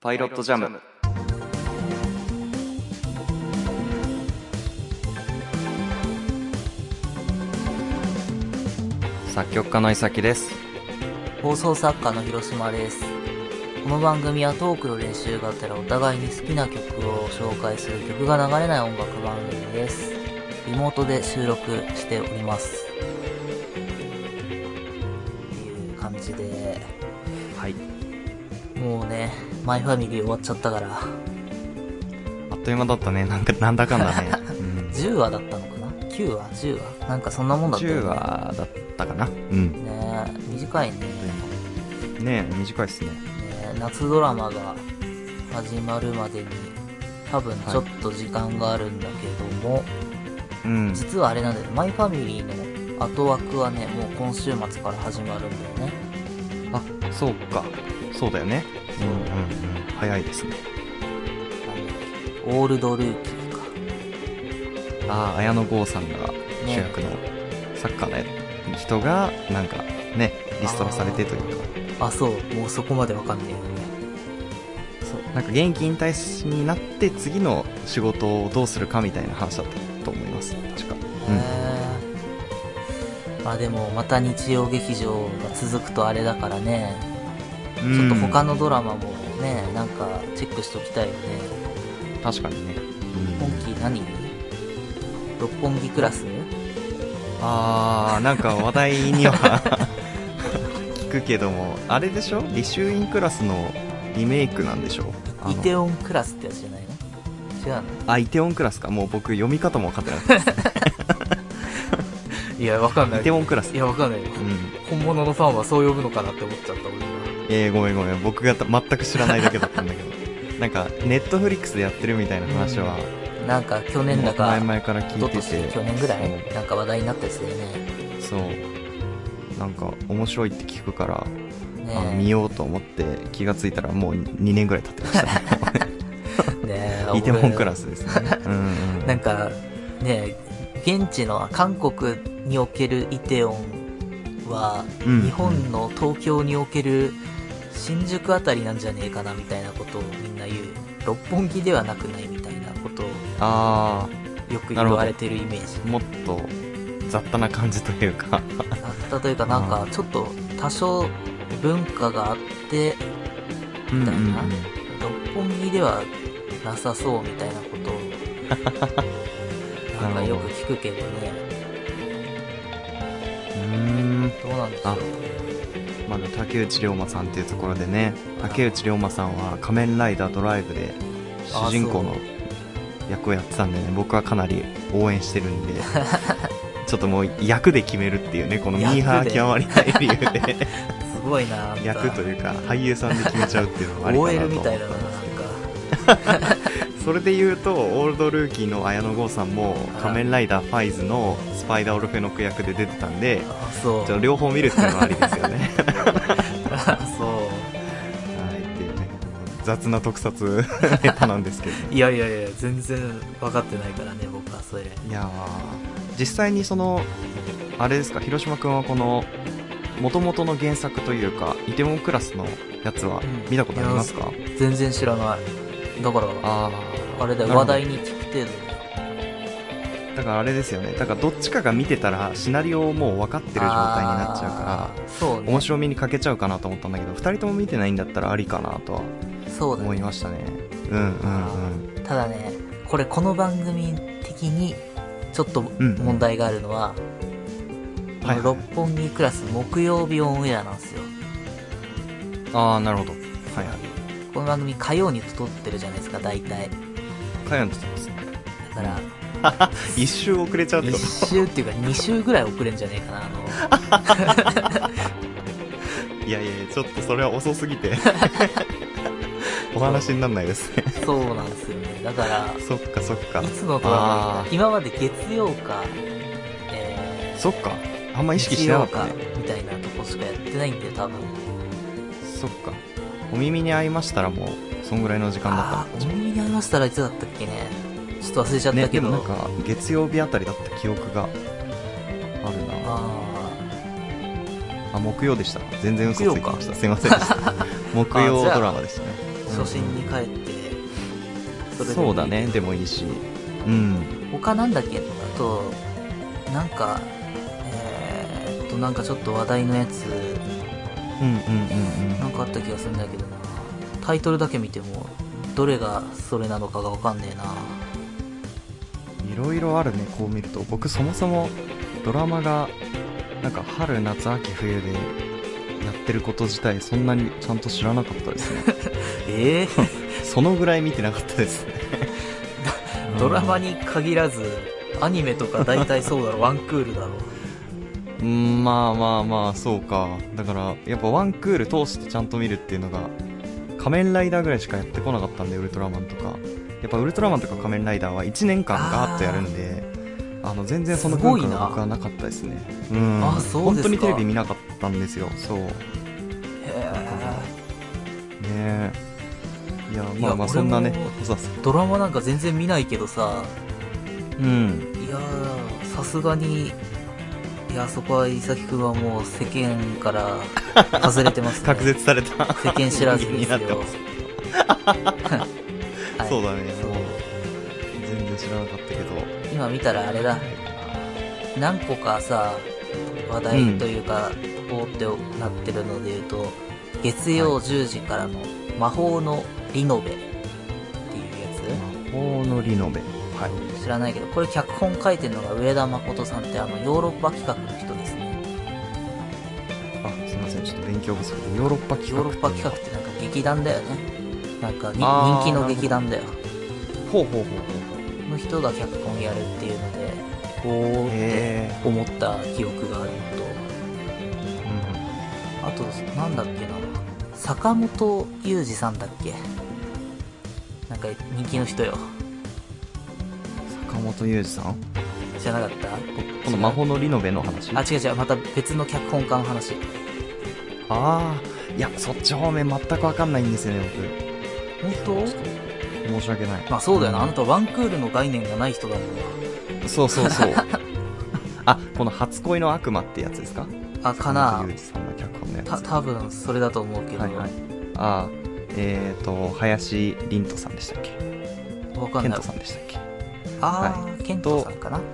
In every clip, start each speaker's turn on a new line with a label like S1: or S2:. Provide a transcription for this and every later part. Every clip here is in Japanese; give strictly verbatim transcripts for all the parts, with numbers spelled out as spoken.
S1: パイロットジャム。作曲家の伊崎です。
S2: 放送作家の広島です。この番組はトークの練習がてらお互いに好きな曲を紹介する曲が流れない音楽番組です。リモートで収録しておりますっていう感じで、
S1: はい、
S2: もうねマイファミリー終わっちゃったから
S1: あっという間だったね。なんかなんだかんだね、うん、
S2: じゅうわだったのかな、きゅうわじゅうわなんかそんなもんだったよね。
S1: じゅうわだったかな。うん
S2: ねえ短いね。
S1: ねえ短いっすね。
S2: ねえ夏ドラマが始まるまでに多分ちょっと時間があるんだけども、はい、うん、実はあれなんだよ、マイファミリーの後枠はねもう今週末から始まるんだよね。
S1: あ、そうか、そうだよね。うんうんうん、早いですね。
S2: オールドルーキーか。
S1: ああ、綾野剛さんが主役のサッカーの人がなんかねリストラされてというか。
S2: ああ、そう、もうそこまでわかんねえよね。
S1: そうなんか現役引退になって次の仕事をどうするかみたいな話だったと思います、確か。
S2: へえ、まあでもまた日曜劇場が続くとあれだからね、ちょっと他のドラマもねなんかチェックしときたいよね。
S1: 確かにね。
S2: 本気何六本木クラス。
S1: あー、なんか話題には聞くけども、あれでしょ、リシューインクラスのリメイクなんでしょ。
S2: イテオンクラスってやつじゃないの？違うの？
S1: あ、イテオンクラスか。もう僕読み方も分かってなかったです
S2: いや、わかんない。
S1: イテオンクラス。
S2: いや、わかんないよ、うん、本物のファンはそう呼ぶのかなって思っちゃった俺は。
S1: えー、ごめんごめん、僕が全く知らないだけだったんだけどなんかネットフリックスでやってるみたいな話は、
S2: うん、なんか去年だか
S1: 前々から聞いてて、
S2: 去年ぐらいなんか話題になったやつだよね。
S1: そう、なんか面白いって聞くから、ね、あの見ようと思って気がついたらもうにねんぐらい経ってましたねねえ、イテモンクラスですねうん、うん、
S2: なんかね現地の韓国におけるイテオンは、うん、日本の東京における新宿あたりなんじゃねえかなみたいなことをみんな言う。六本木ではなくないみたいなことを
S1: あ
S2: よく言われてるイメージ。
S1: もっと雑多な感じというか
S2: 雑多というかなんかちょっと多少文化があってみたいな、うんうんうん、六本木ではなさそうみたいなことをなんかよく聞くけどね。
S1: うーん、
S2: どうなんでしょう。
S1: まだ竹内涼真さんっていうところでね、竹内涼真さんは仮面ライダードライブで主人公の役をやってたんでね、僕はかなり応援してるんでちょっともう役で決めるっていうね、このミーハー極まりない理由です
S2: ごいな、
S1: 役というか俳優さんで決めちゃうっていうのがありかなと
S2: オーエル みたいだな、なんか
S1: それで言うとオールドルーキーの綾野剛さんも仮面ライダーファイズのスパイダーオルフェノク役で出てたんで、
S2: あ、そう、
S1: ちょっと両方見るっていうのはありですよね
S2: あ、そう、
S1: はいっていうね、雑な特撮ネタなんですけど、ね、
S2: いやいやいや全然分かってないからね僕はそれ。い
S1: や実際にそのあれですか、広島くんはこの元々の原作というかイテウォンクラスのやつは見たことありますか？
S2: うん、全然知らない。だからああれだよ、話題に聞く程度
S1: だからあれですよね、だからどっちかが見てたらシナリオをもう分かってる状態になっちゃうから、そうね、面白みに欠けちゃうかなと思ったんだけど、ふたりとも見てないんだったらありかなとは思いましたね。う、ね、うんうんうん。
S2: ただね、これこの番組的にちょっと問題があるのは、うんうん、六本木クラス木曜日オンエアなんですよ。
S1: ああ、なるほど。はいはい。
S2: この番組火曜に撮ってるじゃないですか、大体
S1: 火曜に撮ってますね。
S2: だから
S1: 一周遅れちゃうってこと？
S2: 一周っていうか二週ぐらい遅れんじゃねえかな、あの
S1: いやいやちょっとそれは遅すぎてお話にならないですね。
S2: そうなんですよね。だから
S1: そっかそっか、
S2: いつのドラマ今まで月曜か、
S1: えー、そっか、あんま意識してなかったね
S2: みたいなとこしかやってないんで多分。
S1: そっか、お耳に合いましたらもうそんぐらいの時間だったのか。
S2: お耳に合いましたらいつだったっけね、ちょっと忘れちゃったけど、
S1: ね、でもなんか月曜日あたりだった記憶があるな。
S2: あ
S1: あ、木曜でした。全然嘘ついてました。すいませんでした。木曜ドラマでしたね。
S2: 初心に帰ってそれで
S1: そうだね、でもいいし、うん、
S2: 他なんだっけ、あとなんかえー、っとなんかちょっと話題のやつ、
S1: うんうんうんうん、
S2: なんかあった気がするんだけどな、タイトルだけ見てもどれがそれなのかがわかんねえな。
S1: いろいろあるね、こう見ると。僕そもそもドラマがなんか春夏秋冬でやってること自体そんなにちゃんと知らなかったですね。
S2: えー、
S1: そのぐらい見てなかったですね。
S2: ドラマに限らずアニメとか大体そうだろ、ワンクールだろ。
S1: うん、まあまあまあそうか。だからやっぱワンクール通してちゃんと見るっていうのが仮面ライダーぐらいしかやってこなかったんで、ウルトラマンとかやっぱウルトラマンとか仮面ライダーはいちねんかんガーッとやるんで、あの全然その文化が僕はなかったですね。うん、
S2: あ、そうですか。
S1: 本当にテレビ見なかったんですよ。そう。へ
S2: え。
S1: ねえ。いやまあまあそんなね、
S2: ドラマなんか全然見ないけどさ、
S1: うん、
S2: いやさすがに、いやそこは伊崎くんはもう世間から外れてますね。
S1: 隔絶された
S2: 世間知らずですよ。
S1: はい、そうだね。もう全然知らなかったけど、
S2: 今見たらあれだ、何個かさ話題というか、うん、おーってなってるのでいうと、月曜じゅうじからの魔法のリノベっていうやつ。
S1: 魔法のリノベ、はい、
S2: 知らないけど、これ脚本書いてるのが上田誠さんって、あのヨーロッパ企画の人ですね。
S1: あ、すいません、ちょっと勉強不足で。ヨーロッパ企画
S2: ヨーロッパ企画ってなんか劇団だよね。なんか人気の劇団だよ。ほうほうほうほう。の人が脚本やるっていうので、こうって思った記憶があるのと、うん、あとなんだっけな、坂本雄二さんだっけ、なんか人気の人よ。
S1: 坂本雄二さん
S2: 知らなかった？
S1: この魔法のリノベの話？
S2: あ、違う違う、また別の脚本家の話。
S1: ああ、いやそっち方面全く分かんないんですよね、
S2: 僕。本当？
S1: 申し訳ない。
S2: まあそうだよな、うん、あなたワンクールの概念がない人だもん
S1: な。そうそうそうあ、この初恋の悪魔ってやつですか？
S2: あ、かな。
S1: 坂本雄二さんの脚本のやつ。
S2: た多分それだと思うけど、はいはい、
S1: ああ、えーと林凛斗さんでしたっけ？
S2: わかんない。
S1: ケントさんでしたっけ？
S2: ああ、はい、ケントさんかな、はい、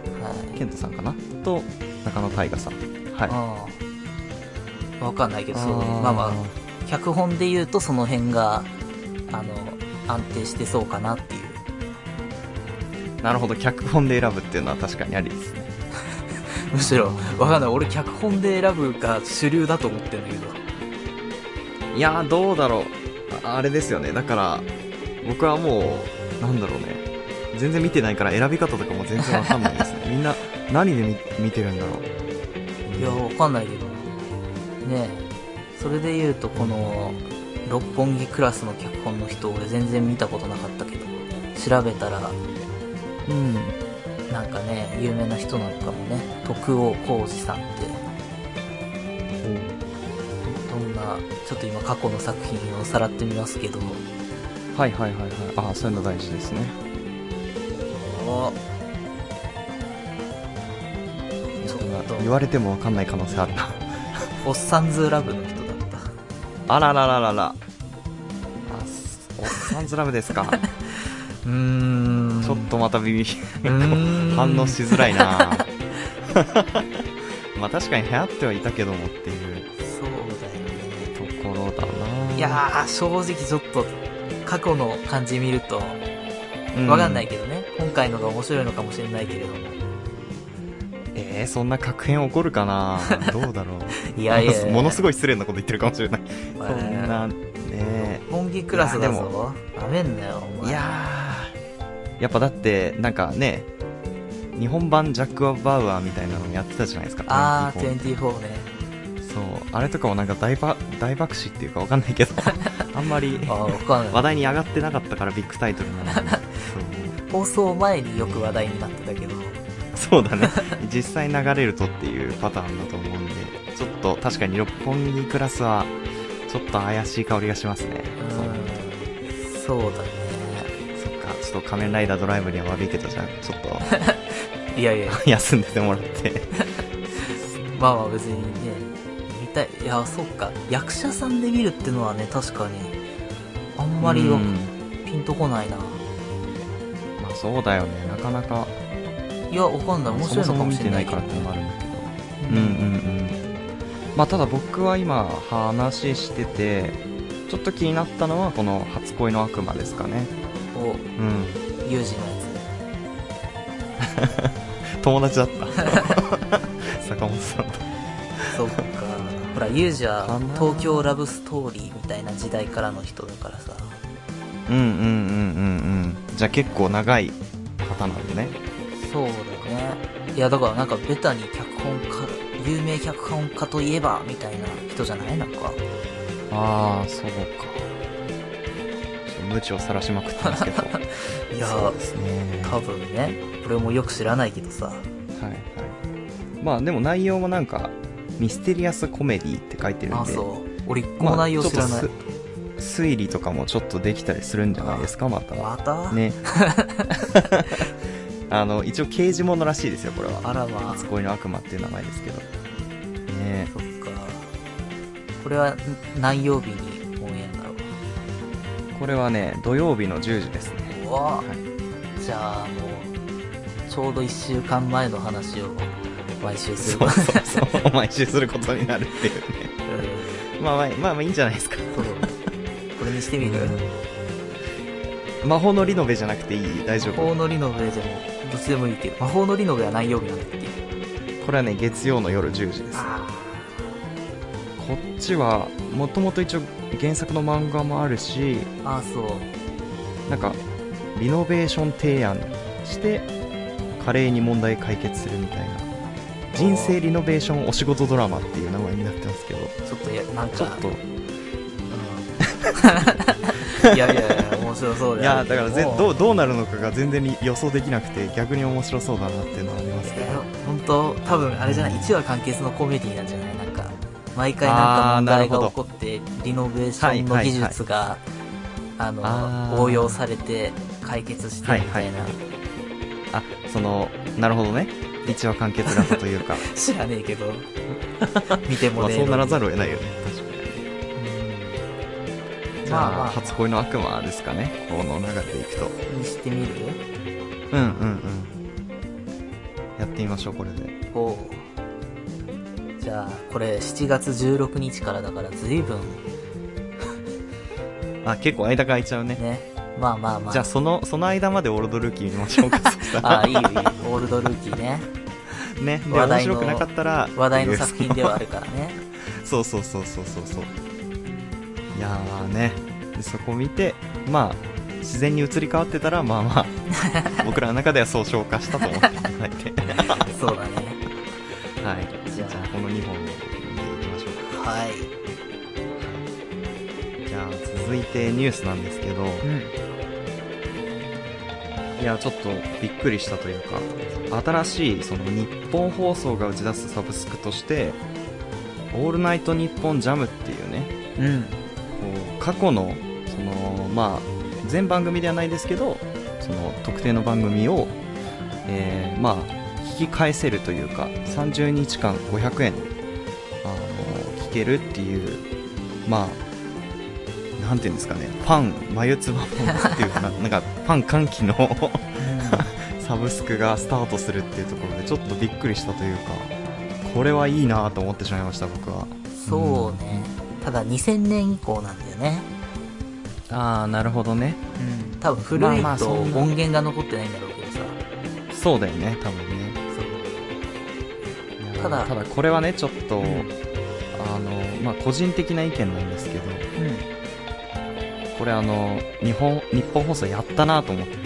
S1: ケントさんかなと中野大河さん。はい。
S2: ああ、わかんないけど、そう、まあまあ脚本で言うとその辺があの安定してそうかなっていう。
S1: なるほど、脚本で選ぶっていうのは確かにありですね。
S2: むしろわかんない、俺脚本で選ぶが主流だと思ってるんだけど。
S1: いやーどうだろう、 あ, あれですよね。だから僕はもうなんだろうね、全然見てないから選び方とかも全然わかんないですね。みんな何で 見, 見てるんだろう。
S2: いやわかんないけどね。えそれで言うとこの六本木クラスの脚本の人、俺全然見たことなかったけど、調べたらうんなんかね有名な人なのかもね。徳尾浩二さんって、どんな、ちょっと今過去の作品をさらってみますけど、
S1: はいはいはいはい、ああそういうの大事ですね。
S2: おちょっと
S1: 言われても分かんない可能性あるな
S2: おっさんずラブの人だった。
S1: あららららら、あおっさんずラブですか
S2: うーん、
S1: ちょっとまたビビ反応しづらいなまあ確かに流行ってはいたけどもっていう、
S2: そうだよね、
S1: ところだな。
S2: いやー正直ちょっと過去の感じ見るとわかんないけどね、うん、今回のが面白いのかもしれないけれども、
S1: えー、そんな確変起こるかなどうだろう
S2: いやいやいや
S1: ものすごい失礼なこと言ってるかもしれないそんなね、
S2: 本気クラスだぞ、ダメんだよお前。
S1: いやーやっぱだってなんかね、日本版ジャック・アバウアーみたいなのやってたじゃないですか。
S2: あーにじゅうよんね。
S1: そう、あれとかもなんか大ば大爆死っていうかわかんないけどあんまり
S2: あわかんない、
S1: 話題に上がってなかったからビッグタイトルなのにそう
S2: 放送前によく話題になってたけど
S1: そうだね実際流れるとっていうパターンだと思うんで、ちょっと確かに六本木クラスはちょっと怪しい香りがしますね。
S2: そう、そうだね。
S1: そっか、ちょっと仮面ライダードライブには悪いけど、じゃあちょっと
S2: いやいや
S1: 休んでてもらって
S2: まあまあ別にね見たい。いやそっか、役者さんで見るってのはね確かにあんまりは
S1: うん
S2: ピンとこないな。
S1: まあそうだよね、なかなか
S2: いや、わかんない。面白いのかもしれないけど。
S1: そもそも見てないからってのもあるんだけど、うんうんうん。まあただ僕は今話しててちょっと気になったのはこの初恋の悪魔ですかね。
S2: お、
S1: うん。
S2: ユージのや
S1: 友達だった坂本さんと。
S2: つ。そうか。ほら、ユージは東京ラブストーリーみたいな時代からの人だからさ。
S1: うんうんうんうんうん。じゃあ結構長い方なんでね。
S2: そうだね。いや、だからなんかベタに脚本家、有名脚本家といえばみたいな人じゃない？なんか。
S1: ああ、そうか。ちょっと無知を晒しまくってますけど。
S2: いや
S1: そうですね。
S2: 多分ね。俺もよく知らないけどさ。はい
S1: はい。まあでも内容もなんかミステリアスコメディって書いてるんで。
S2: あ、そう。俺一個も内容知らない。まあ、
S1: 推理とかもちょっとできたりするんじゃないですか、また。
S2: また
S1: ね。あの、一応刑事物らしいですよ、これは。
S2: あらまあ。
S1: 初恋の悪魔っていう名前ですけど。ねえ。
S2: そっか。これは何曜日にオンエアだろう。
S1: これはね、土曜日のじゅうじですね。
S2: うわ、
S1: はい、
S2: じゃあもう、ちょうどいっしゅうかんまえの話を毎週する。
S1: そうそうそう。毎週することになるっていうね。うん、まあまあ、まあまあいいんじゃないですか。
S2: そう。これにしてみる、
S1: うん、魔法のリノベじゃなくていい？大丈夫？
S2: 魔法のリノベでも、どっちでもいいけど。魔法のリノベは何曜日なんだっけ？
S1: これはね、月曜の夜じゅうじです。あ、こっちはもともと一応原作の漫画もあるし、
S2: あ、そう。
S1: なんかリノベーション提案して華麗に問題解決するみたいな人生リノベーションお仕事ドラマっていう名前になってますけど、
S2: ちょっとやなんか
S1: ちょっと、うん、
S2: いやいやいや面白そうだよ。
S1: いやだからぜどうどうなるのかが全然予想できなくて逆に面白そうだなっていうのはありますけど、
S2: 本当多分あれじゃない、いちわ完結のコメディなんじゃない？なんか毎回なんか問題が起こってリノベーションの技術が、はいはいはい、あのあ応用されて解決してみたいな、はいはい、
S1: あ、そのなるほどね、いちわ完結型というか
S2: 知らねえけど見てもねえのに、
S1: まあ、そうならざるを得ないよね、確かに。じゃあ、まあまあ、初恋の悪魔ですかね、この流れでいくと。
S2: にしてみる？
S1: うんうんうん。やってみましょう、これで。
S2: おう。じゃあ、これしちがつじゅうろくにちからだから随分
S1: あ、結構間が空いちゃうね。
S2: ね。まあまあまあ。
S1: じゃあ、その、その間までオールドルーキー見ましょうか。
S2: ああ、いいよいいよ。オールドルーキーね。
S1: ね。で、面白くなかったら。
S2: 話題の作品ではあるからね。
S1: そうそうそうそうそうそう。いやーね、そこ見て、まあ自然に移り変わってたらまあまあ僕らの中ではそう消化したと思っていただいて
S2: そうだね。
S1: はい。じゃあこのにほんでいきましょうか。
S2: はい。
S1: じゃあ続いてニュースなんですけど、うん、いやちょっとびっくりしたというか、新しいその日本放送が打ち出すサブスクとしてオールナイトニッポンジャムっていうね、うん、過去のそのまあ全番組ではないですけどその特定の番組を、えー、まあ引き返せるというかさんじゅうにちかんごひゃくえんあの聞けるっていう、まあなんていうんですかね、ファン眉唾ファンっていうかな、なんかファン歓喜のサブスクがスタートするっていうところでちょっとびっくりしたというか、これはいいなと思ってしまいました、僕は。
S2: そうね、うん、ただにせんねん以降なんだよね。
S1: ああ、なるほどね。
S2: うん、多分古いと音源が残ってないんだろうけどさ。
S1: そうだよね、多分ね。そう。ただただこれはねちょっと、うん、あのまあ個人的な意見なんですけど、うん、これあの日本日本放送やったなと思って。そう。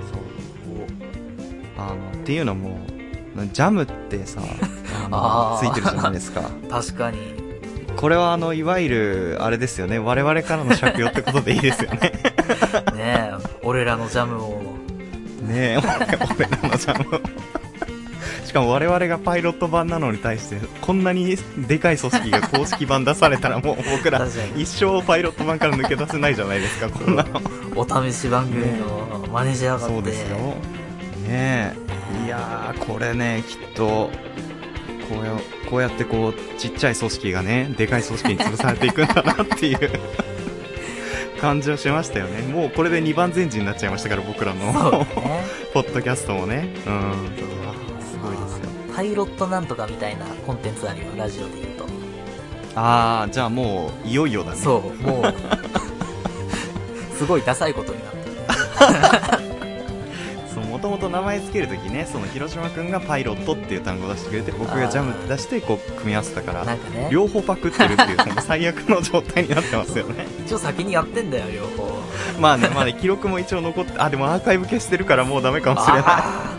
S1: あのっていうのもジャムってさ、あのついてるじゃないですか。
S2: 確かに。
S1: これはあのいわゆるあれですよね、我々からの借用ってことでいいですよね。
S2: ねえ、俺らのジャムを。
S1: ねえ、俺らのジャムを。しかも我々がパイロット版なのに対してこんなにでかい組織が公式版出されたらもう僕ら一生パイロット版から抜け出せないじゃないですか、こんなの。
S2: お試し番組の真似しやがって。
S1: そうですよ。ねえ、いやーこれねきっとこうや、こうやってこうちっちゃい組織がねでかい組織に潰されていくんだなっていう感じはしましたよね。もうこれでにばん前時になっちゃいましたから、僕らの、
S2: そうね、
S1: ポッドキャストもね。うん。すごいですよ。
S2: パイロットなんとかみたいなコンテンツあるよ、ラジオで言うと。
S1: あー、じゃあもういよいよだね。
S2: そう、もうすごいダサいことになってる。
S1: そう、もともと名前つけるときね、その広島くんがパイロットっていう単語を出してくれて、僕がジャムって出してこう組み合わせたから、
S2: なんかね、
S1: 両方パクってるっていうその最悪の状態になってますよね。
S2: 一応先にやってんだよ、両方。
S1: まあね、まあね、記録も一応残って、あ、でもアーカイブ消してるからもうダメかもしれない。あ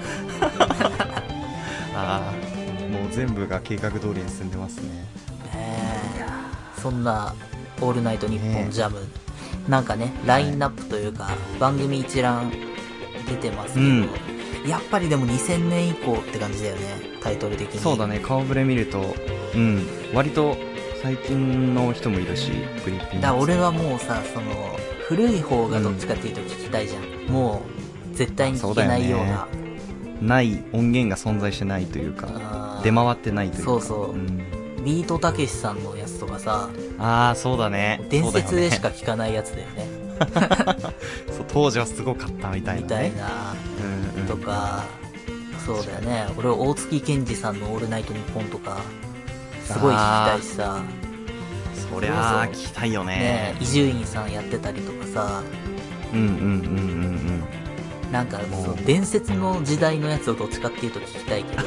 S1: あ、もう全部が計画通りに進んでますね。ね
S2: え、そんなオールナイトニッポンジャム、ね、なんかね、ラインナップというか、はい、番組一覧出てますけど、うん、やっぱりでもにせんねん以降って感じだよね、タイトル的に。
S1: そうだね、顔ぶれ見ると、うん、割と最近の人もいるし、クリッピング。
S2: だ俺はもうさ、その古い方がどっちかっていうと聞きたいじゃん、うん、もう絶対に聞けないような、
S1: ない音源が存在してないというか、出回ってないというか。
S2: そうそう、うん、ビートたけしさんのやつとかさ、
S1: ああ、そうだね、
S2: 伝説でしか聞かないやつだよね。
S1: そう、当時はすごかったみたいな、ね、
S2: みたいな、うんうん、とか、そうだよね、俺大月健二さんのオールナイトニッポンとかすごい聞きたいしさ。
S1: そりゃあ聞きたいよね。
S2: 伊集院さんやってたりとかさ、
S1: うんうんうんうんうん、
S2: なんかそう伝説の時代のやつをどっちかっていうと聞きたいけど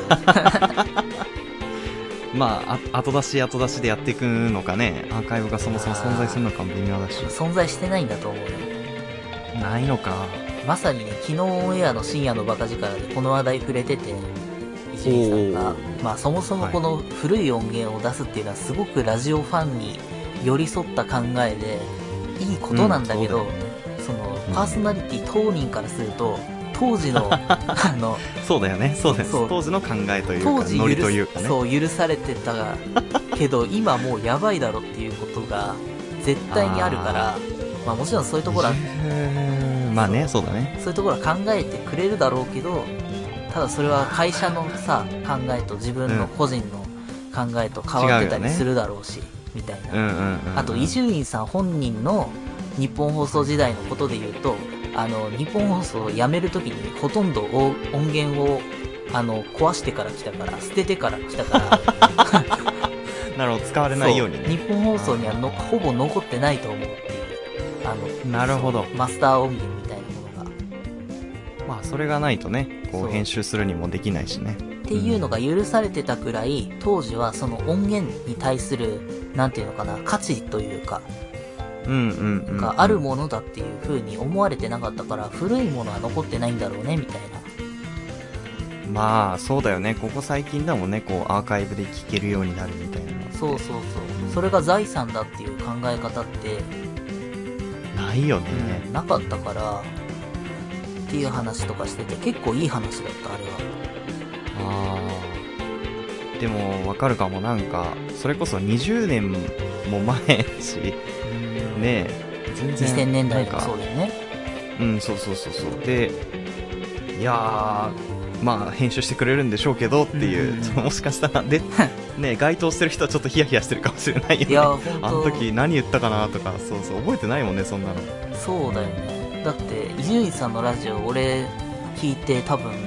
S1: まあ、あ後出し後出しでやっていくのかね、アーカイブがそもそも存在するのかも微妙だし。
S2: 存在してないんだと思うよ。
S1: ないのか。
S2: まさにね、昨日オンエアの深夜のバカ力でこの話題触れてて、伊集院さんが、まあそもそもこの古い音源を出すっていうのはすごくラジオファンに寄り添った考えでいいことなんだけど、うん、そのパーソナリティ当人からすると当時のあの
S1: そうだよね、そうです、当時の考えというか当時ノリというかね、
S2: そう許されてたけど今もうやばいだろっていうことが絶対にあるから、まあもちろんそういうところは
S1: まあね、そうだね、
S2: そういうところは考えてくれるだろうけど、ただそれは会社のさ考えと自分の個人の考えと変わってたりするだろうし、みたいな。あと伊集院さん本人の日本放送時代のことで言うと、あの日本放送を辞めるときにほとんど音源をあの壊してから来たから、捨ててから来たから
S1: なるほど、使われないようにね。
S2: 日本放送にはのほぼ残ってないと思うっていう、あの
S1: なるほど、
S2: マスター音源みたいなものが、
S1: まあそれがないとね、こう編集するにもできないしね
S2: っていうのが許されてたくらい、当時はその音源に対するなんていうのかな、価値というか、
S1: うんうんうん、
S2: があるものだっていう風に思われてなかったから、古いものは残ってないんだろうねみたいな。
S1: まあそうだよね、ここ最近だもんね、こうアーカイブで聴けるようになるみたいな。
S2: そうそうそう、それが財産だっていう考え方って
S1: ないよね、
S2: うん、なかったからっていう話とかしてて、結構いい話だった、あれは。
S1: ああ、でもわかるかも、なんかそれこそにじゅうねんも前しねえ、全然
S2: にせんねんだいとかそうだよね。
S1: うん、そうそうそうそう。で、いやー、まあ編集してくれるんでしょうけどっていう、うんうんうん、もしかしたらでね、該当してる人はちょっとヒヤヒヤしてるかもしれないよね。
S2: いや本当、
S1: あの時何言ったかなとか、そうそう覚えてないもんね、そんなの。
S2: そうだよね。だって伊集院さんのラジオ俺聞いて多分ど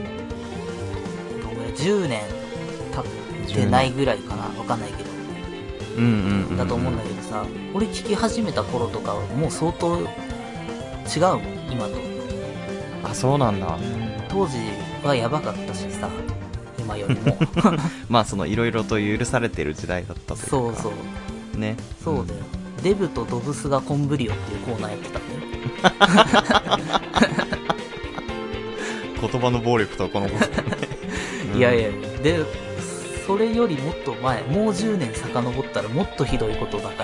S2: れじゅうねん経ってないぐらいかな、わかんないけど、
S1: うんうんうんうん、
S2: だと思うんだけどさ、俺聞き始めた頃とかはもう相当違うもん、今と。
S1: あ、そうなんだ。
S2: 当時はやばかったしさ、今よりも
S1: まあそのいろいろと許されてる時代だったというか。
S2: そうそう
S1: ね、
S2: そうだよ、うん、デブとドブスがコンブリオっていうコーナーやってたんだよ
S1: 言葉の暴力とはこのこと、ね
S2: うん、いやいや、でそれよりもっと前、もうじゅうねん遡ったらもっとひどいことだから。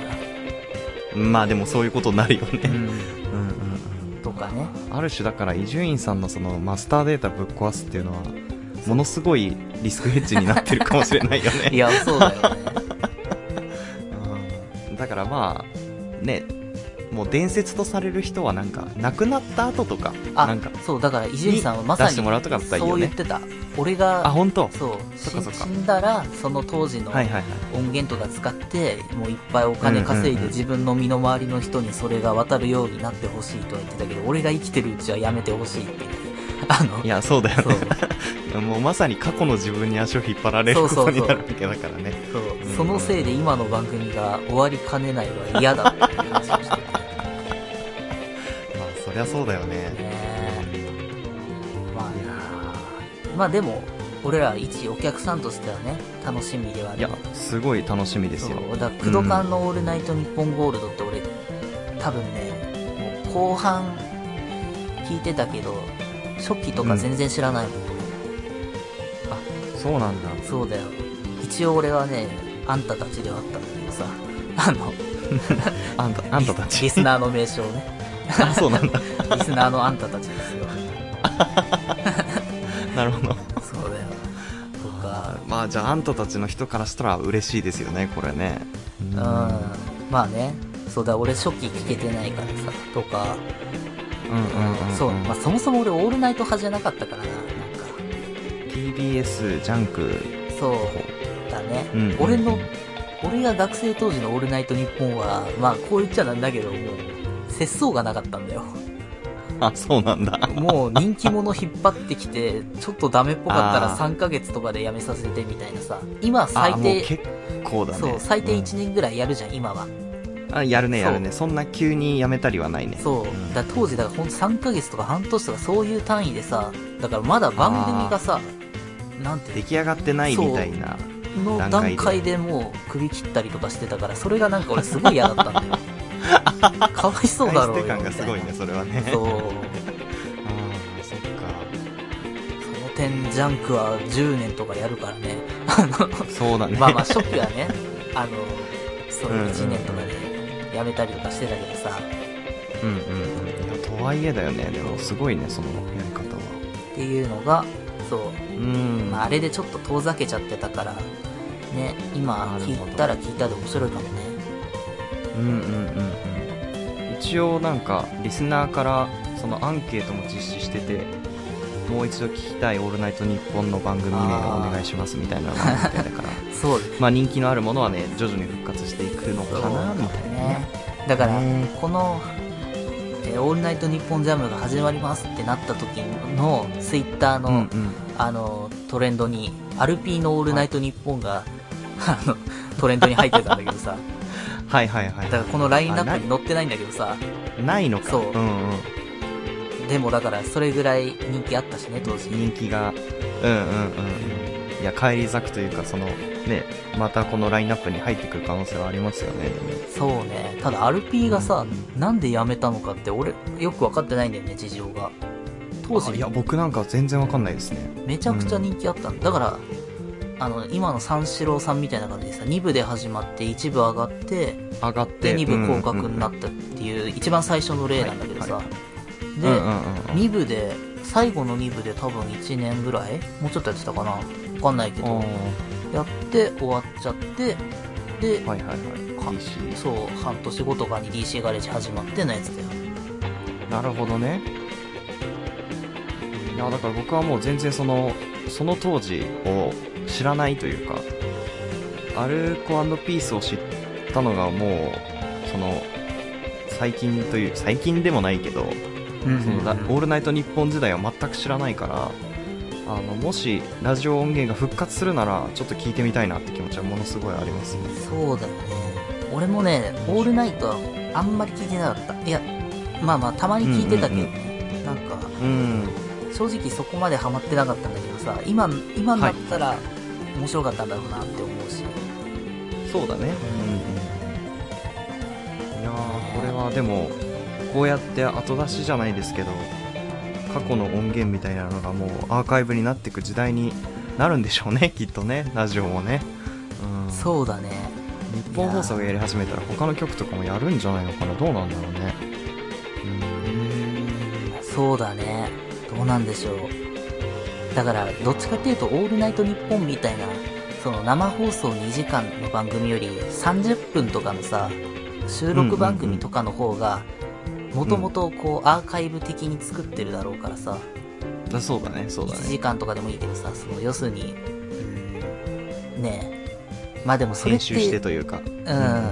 S1: まあでもそういうことになるよね、うん、うんうんうん
S2: とかね。
S1: ある種だから伊集院さんのそのマスターデータぶっ壊すっていうのはものすごいリスクヘッジになってるかもしれないよね
S2: いやそうだよね、
S1: うん、だからまあね、 もう伝説とされる人はなんか亡くなった後とか、
S2: あ、
S1: なんか
S2: そうだから伊集院さんはまさに
S1: 出してもらうとかだったらいいよね。
S2: そう言ってた。俺が、
S1: あ、本当。
S2: そう
S1: そっかそっか
S2: 死んだらその当時の
S1: はいはいはい。
S2: 音源とか使ってもういっぱいお金稼いで
S1: うんうんうん
S2: 自分の身の回りの人にそれが渡るようになってほしいとは言ってたけど、俺が生きてるうちはやめてほしいってあの
S1: いや、そうだよね。
S2: そ
S1: もうまさに過去の自分に足を引っ張られる
S2: そうそうそう
S1: ことになるわけだからね。
S2: そう
S1: うん
S2: そのせいで今の番組が終わりかねないのは嫌だっていう話をしてて
S1: まあそりゃそうだよね。
S2: ね。まあまあでも俺ら一お客さんとしてはね楽しみではある。
S1: いや、すごい楽しみですよ。
S2: そうだから工藤館のオールナイトニッポンゴールドって俺多分ねもう後半聞いてたけど初期とか全然知らないもん、
S1: あ、そうなんだ。
S2: そうだよ。一応俺はねあんたたちではあったんだけどさ、あの
S1: あんた、あんたたち。
S2: リスナーの名称ね
S1: あ、そうなんだ。
S2: リスナーのあんたたちですよ
S1: なるほど。
S2: そうだよとか、
S1: まあじゃああんたたちの人からしたら嬉しいですよね、これね。
S2: うん、まあね、そうだ俺初期聞けてないからさとか、
S1: うんうんうん、うん、
S2: そう、まあ、そもそも俺オールナイト派じゃなかったからな、なんか
S1: ティービーエス ジャンク。
S2: そうだね、
S1: うんうんうん、
S2: 俺の俺が学生当時のオールナイトニッポンはまあこう言っちゃなんだけども節操がなかったんだよ。
S1: あ、そうなんだ。
S2: もう人気者引っ張ってきてちょっとダメっぽかったらさんかげつとかで辞めさせてみたいなさ、今最低
S1: 結構だね。
S2: そう最低いちねんぐらいやるじゃん、うん、今は。
S1: あ、やるねやるね。そんな急に辞めたりはないね。
S2: そう、うん、だから当時だからほんとさんかげつとか半年とかそういう単位でさ、だからまだ番組がさなんて
S1: 出来上がってないみたいな
S2: の段階でもう首切ったりとかしてたから、それがなんか俺すごい嫌だったんだよかわいそうだろうよみたいな。
S1: 感がすごいねそれはね。
S2: そう、ああ
S1: そっか。
S2: その点ジャンクはじゅうねんとかやるからねあの
S1: そうだね。
S2: まあまあ初期はねあのそういういちねんとかでやめたりとかしてたけどさ、
S1: うんうんうん、いやとはいえだよね。でもすごいねそのやり方は
S2: っていうのがそう、
S1: うん、
S2: まあ、あれでちょっと遠ざけちゃってたからね、今聞いたら聞いたで面白いかもね。
S1: うんうんうんうん。一応なんかリスナーからそのアンケートも実施してて、もう一度聞きたいオールナイトニッポンの番組名をお願いしますみたいなのがあるみたいだから
S2: そうです。
S1: まあ人気のあるものはね徐々に復活していくのかなみたいなね。
S2: だからこのえー、オールナイトニッポンジャムが始まりますってなった時のツイッターの、うんうん、あのトレンドにアルピーのオールナイトニッポンが、はい、あのトレンドに入ってたんだけどさ
S1: はいはいはい。
S2: だからこのラインナップに載ってないんだけどさ、
S1: ないのか。
S2: そう、
S1: うんうん、
S2: でもだからそれぐらい人気あったしね当時。
S1: 人気がうんうんうんうんいや返り咲くというかそのねまたこのラインナップに入ってくる可能性はありますよね。でも
S2: そうね。ただ アールピー がさ、うん、なんで辞めたのかって俺よく分かってないんだよね事情が。当時
S1: いや僕なんか全然分かんないですね。
S2: めちゃくちゃ人気あったんだ、うん、だからあの今の三四郎さんみたいな感じでさに部で始まっていち部上がって
S1: 上がって
S2: でに部降格になったっていう、うんうん、一番最初の例なんだけどさ、はいはい、で、うんうんうん、に部で最後のに部で多分いちねんぐらいもうちょっとやってたかな分かんないけどやって終わっちゃってで、
S1: はいはいはい、
S2: そう半年後とかに ディーシー ガレージ始まってのやつだよ。
S1: なるほどね。いやだから僕はもう全然そのその当時を知らないというかアルコ&ピースを知ったのがもうその最近という最近でもないけど、うんうんうん、そのオールナイトニッポン時代は全く知らないからあのもしラジオ音源が復活するならちょっと聞いてみたいなって気持ちはものすごいありますね。
S2: そうだよね。俺もねオールナイトはあんまり聞いてなかった。いやまあまあたまに聞いてたけどね、うんうんうん、なんか、うん、正直そこまでハマってなかったんだけどさ今今だったら面白かったんだろうなって思うし、はい、
S1: そうだね、うんうん、いやーこれはでもこうやって後出しじゃないですけど過去の音源みたいなのがもうアーカイブになっていく時代になるんでしょうねきっとねラジオもね、
S2: うん、そうだね。
S1: 日本放送がやり始めたら他の局とかもやるんじゃないのかな。どうなんだろうね。
S2: うーんそうだねどうなんでしょう。だからどっちかっていうとオールナイトニッポンみたいなその生放送にじかんの番組よりさんじゅっぷんとかのさ収録番組とかの方が、もともとこう、アーカイブ的に作ってるだろうからさ。
S1: あ、そうだね、そうだね。
S2: いちじかんとかでもいいけどさ、その、要するに、うん、ねえ。まあでもそれって、
S1: 編集してというか。
S2: うん、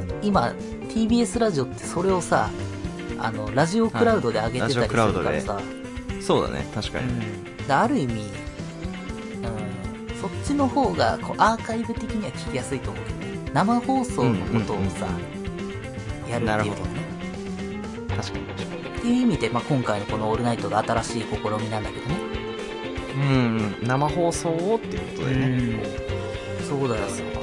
S2: 今、ティービーエス ラジオってそれをさ、あの、ラジオクラウドで上げてたりするからさ。
S1: そうだね、確かに。
S2: うん、ある意味、うん、そっちの方がこうアーカイブ的には聞きやすいと思うけどね。生放送のことをさ、うんうん、やるっていうのね。
S1: 確かに確かに。
S2: っていう意味で、まあ、今回のこのオールナイトが新しい試みなんだけどね。
S1: うん、生放送をっていうことでね。
S2: うん、そうだよ。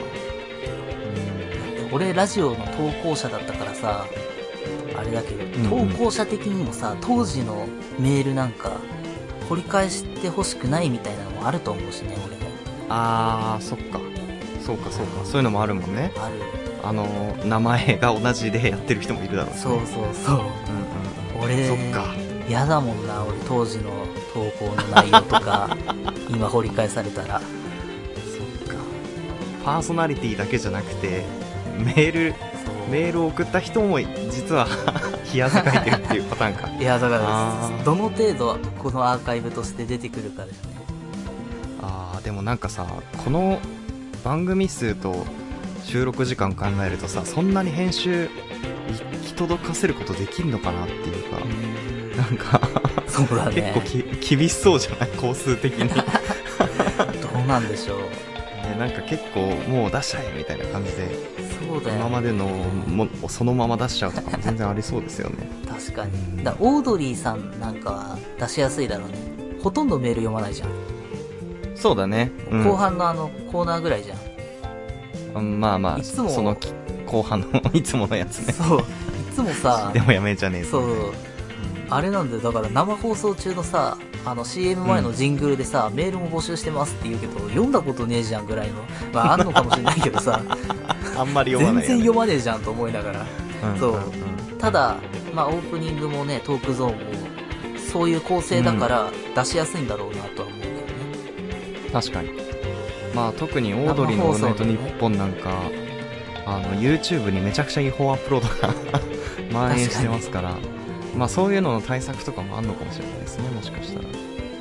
S2: うん、俺ラジオの投稿者だったからさ、あれだけど、うんうん、投稿者的にもさ、当時のメールなんか掘り返してほしくないみたいなのもあると思うしね、俺。
S1: あー、そっか。そうかそうか。そういうのもあるもんね。
S2: ある。
S1: あの、名前が同じでやってる人もいるだろうね。
S2: そうそうそう。うんうん、俺、
S1: そっか。
S2: やだもんな、俺当時の投稿の内容とか、今掘り返されたら。
S1: そっか。パーソナリティだけじゃなくて、メール、メールを送った人も実は冷や汗かいてるっていうパターンか。
S2: いや、だからどの程度このアーカイブとして出てくるかだよね。
S1: あー、でもなんかさ、この番組数と収録時間考えるとさ、そんなに編集行き届かせることできるのかなっていうか、うなんか
S2: そうだね、
S1: 結構き厳しそうじゃない、工数的に。
S2: どうなんでしょう
S1: ね。なんか結構もう出しちゃえみたいな感じで、
S2: そうだよ、ね、
S1: 今までのもそのまま出しちゃうとかも全然ありそうですよね。
S2: 確かに。だオードリーさんなんかは出しやすいだろうね。ほとんどメール読まないじゃん。
S1: そうだね、
S2: うん、後半のあのコーナーぐらいじゃん、
S1: うん、まあまあ、
S2: いつも
S1: その後半のいつものやつね。
S2: そう、いつもさ
S1: でもやめんじゃねえぞ。
S2: そう、うん、あれなんだよ。だから生放送中のさ、あの シーエム 前のジングルでさ、うん、メールも募集してますって言うけど、読んだことねえじゃんぐらいの、まああんのかもしれないけどさ、
S1: あんまり読まないよね。
S2: 全然読まねえじゃんと思いながら、うん、そう、うん、ただ、まあオープニングもね、トークゾーンもそういう構成だから出しやすいんだろうなとは思うけどね。
S1: 確かに。まあ特にオードリーのオールナイトニッポンなんか、あの YouTube にめちゃくちゃ違法アップロードが蔓延してますから、まあそういうのの対策とかもあんのかもしれないですね、もしかしたら。うーん、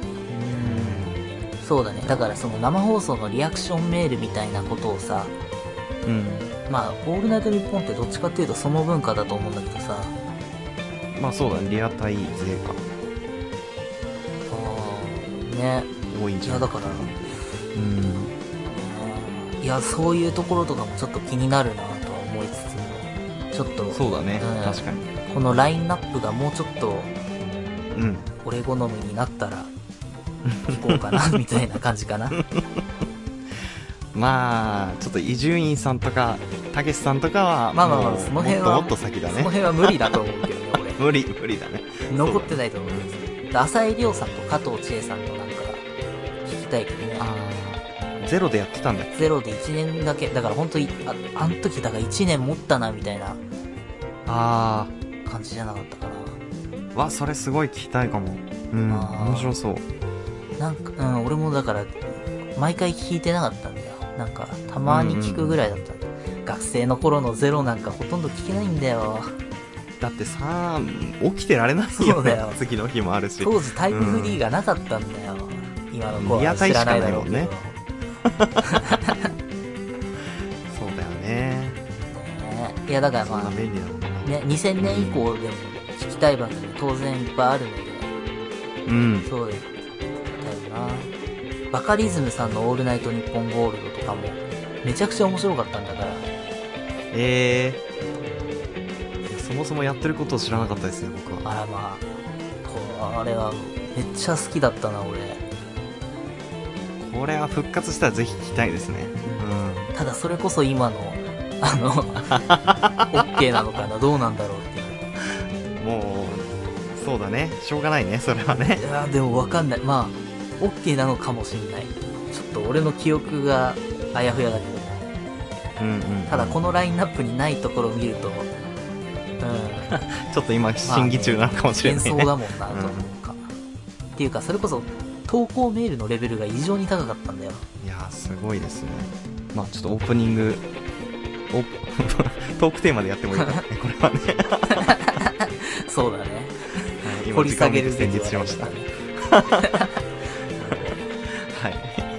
S2: そうだね。だからその生放送のリアクションメールみたいなことをさ、うん、まあオールナイトニッポンってどっちかっていうとその文化だと思うんだけどさ、
S1: まあそうだね、リアタイ税が
S2: あね
S1: 多いんじゃない。
S2: いやだから、
S1: うん、
S2: いやそういうところとかもちょっと気になるなとは思いつつも、ちょっと
S1: そうだね、
S2: うん、
S1: 確かに
S2: このラインナップがもうちょっと、
S1: うん、
S2: 俺好みになったら行こうかなみたいな感じかな。
S1: まあちょっと伊集院さんとかたけしさんとかは
S2: まあまあまあその辺は
S1: もっともっと先だね。
S2: その辺は無理だと思うけどね俺。
S1: 無理無理だね。
S2: 残ってないと思うんです。浅井亮さんと加藤千恵さんのなんか聞きたいけどね。
S1: ああ、ゼロでやってたんだっけ。
S2: ゼロでいちねんだけだから本当にああの時だからいちねん持ったなみたいな
S1: あ
S2: 感じじゃなかったかな。
S1: わ、それすごい聞きたいかも。うん、面白そう。
S2: なんか、うん、俺もだから毎回聞いてなかったんだよ。なんかたまに聞くぐらいだったんだ、うんうん、学生の頃のゼロなんかほとんど聞けないんだよ。
S1: だってさ、起きてられないよね。
S2: そうだよ。
S1: 次の日もあるし。
S2: 当時タイムフリーがなかったんだよ。うん、今の子は知らないだろうけど。
S1: ね、そうだよね。
S2: ねいやだからまあ、
S1: 便利だもん
S2: ね、にせんねん以降でも聞きたい番組当然いっぱいあるので、
S1: うん、
S2: そうだよな。バカリズムさんのオールナイトニッポンゴールドとかもめちゃくちゃ面白かったんだから。
S1: えー、そもそもやってることを知らなかったですね、僕は。
S2: あらまあ、これはめっちゃ好きだったな俺。
S1: これは復活したらぜひ聞きたいですね。
S2: うん、ただそれこそ今のあの OK なのかな、どうなんだろうっていう。
S1: もうそうだね、しょうがないね、それはね。
S2: いやでも分かんない。まあ OK なのかもしんない。ちょっと俺の記憶があやふやだけど、
S1: うんうん、
S2: ただこのラインナップにないところを見ると、うん、
S1: ちょっと今審議中なのかもしれないね。
S2: 幻想だもんなと思うか、うん、っていうかそれこそ投稿メールのレベルが異常に高かったんだよ。
S1: いやーすごいですね。まあちょっとオープニングオトークテーマでやってもいいかね、これはね。
S2: そうだね。
S1: はい、
S2: 掘り下げる
S1: 時間を見て戦慄しました。はい。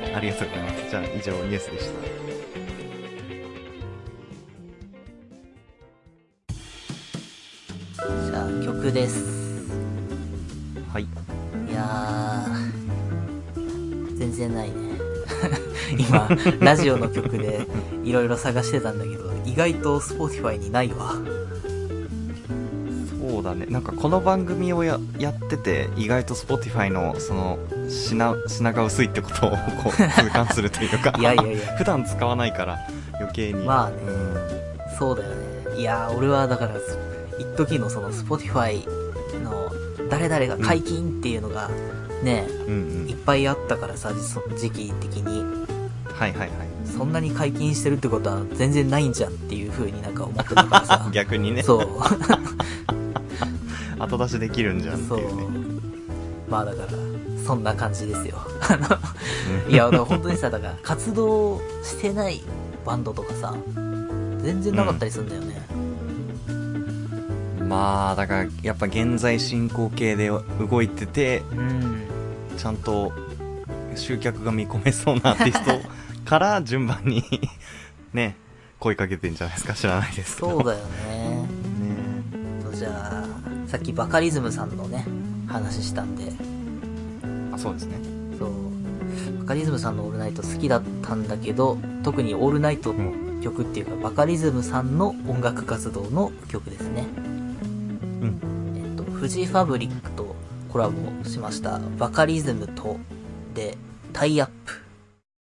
S1: ありがとうございます。じゃあ、以上ニュースでした。
S2: じゃあ、曲です。
S1: はい。
S2: いやー、全然ないね。今、ラジオの曲でいろいろ探してたんだけど、意外と Spotify にないわ。
S1: そうだね。なんかこの番組を や, やってて、意外と Spotify のその品、品が薄いってことをこう痛感するというか。
S2: いやいやいや。
S1: 普段使わないから余計に。
S2: まあね、
S1: うん、
S2: そうだよね。いやー、俺はだから、一時のその Spotify の誰々が解禁っていうのがね、うんうんうん、いっぱいあったからさ、時期的に。
S1: はいはいはい。
S2: そんなに解禁してるってことは全然ないんじゃんっていう風になんか思ってたからさ。
S1: 逆にね。
S2: そう。
S1: 後出しできるんじゃんっていうね。そう。
S2: まあだから、そんな感じですよ。いや、だから本当にさ、だから活動してないバンドとかさ、全然なかったりするんだよね。
S1: うん、まあ、だからやっぱ現在進行形で動いてて、うん、ちゃんと集客が見込めそうなアーティストから順番にね、声かけてんじゃないですか、知らないですけど。
S2: そうだよね。ねとじゃあ、さっきバカリズムさんのね、話したんで。
S1: あ、そうですね。
S2: そう。バカリズムさんのオールナイト好きだったんだけど、特にオールナイトの曲っていうか、うん、バカリズムさんの音楽活動の曲ですね。うん。えっと、フジファブリックとコラボしました、バカリズムとで、タイアップ。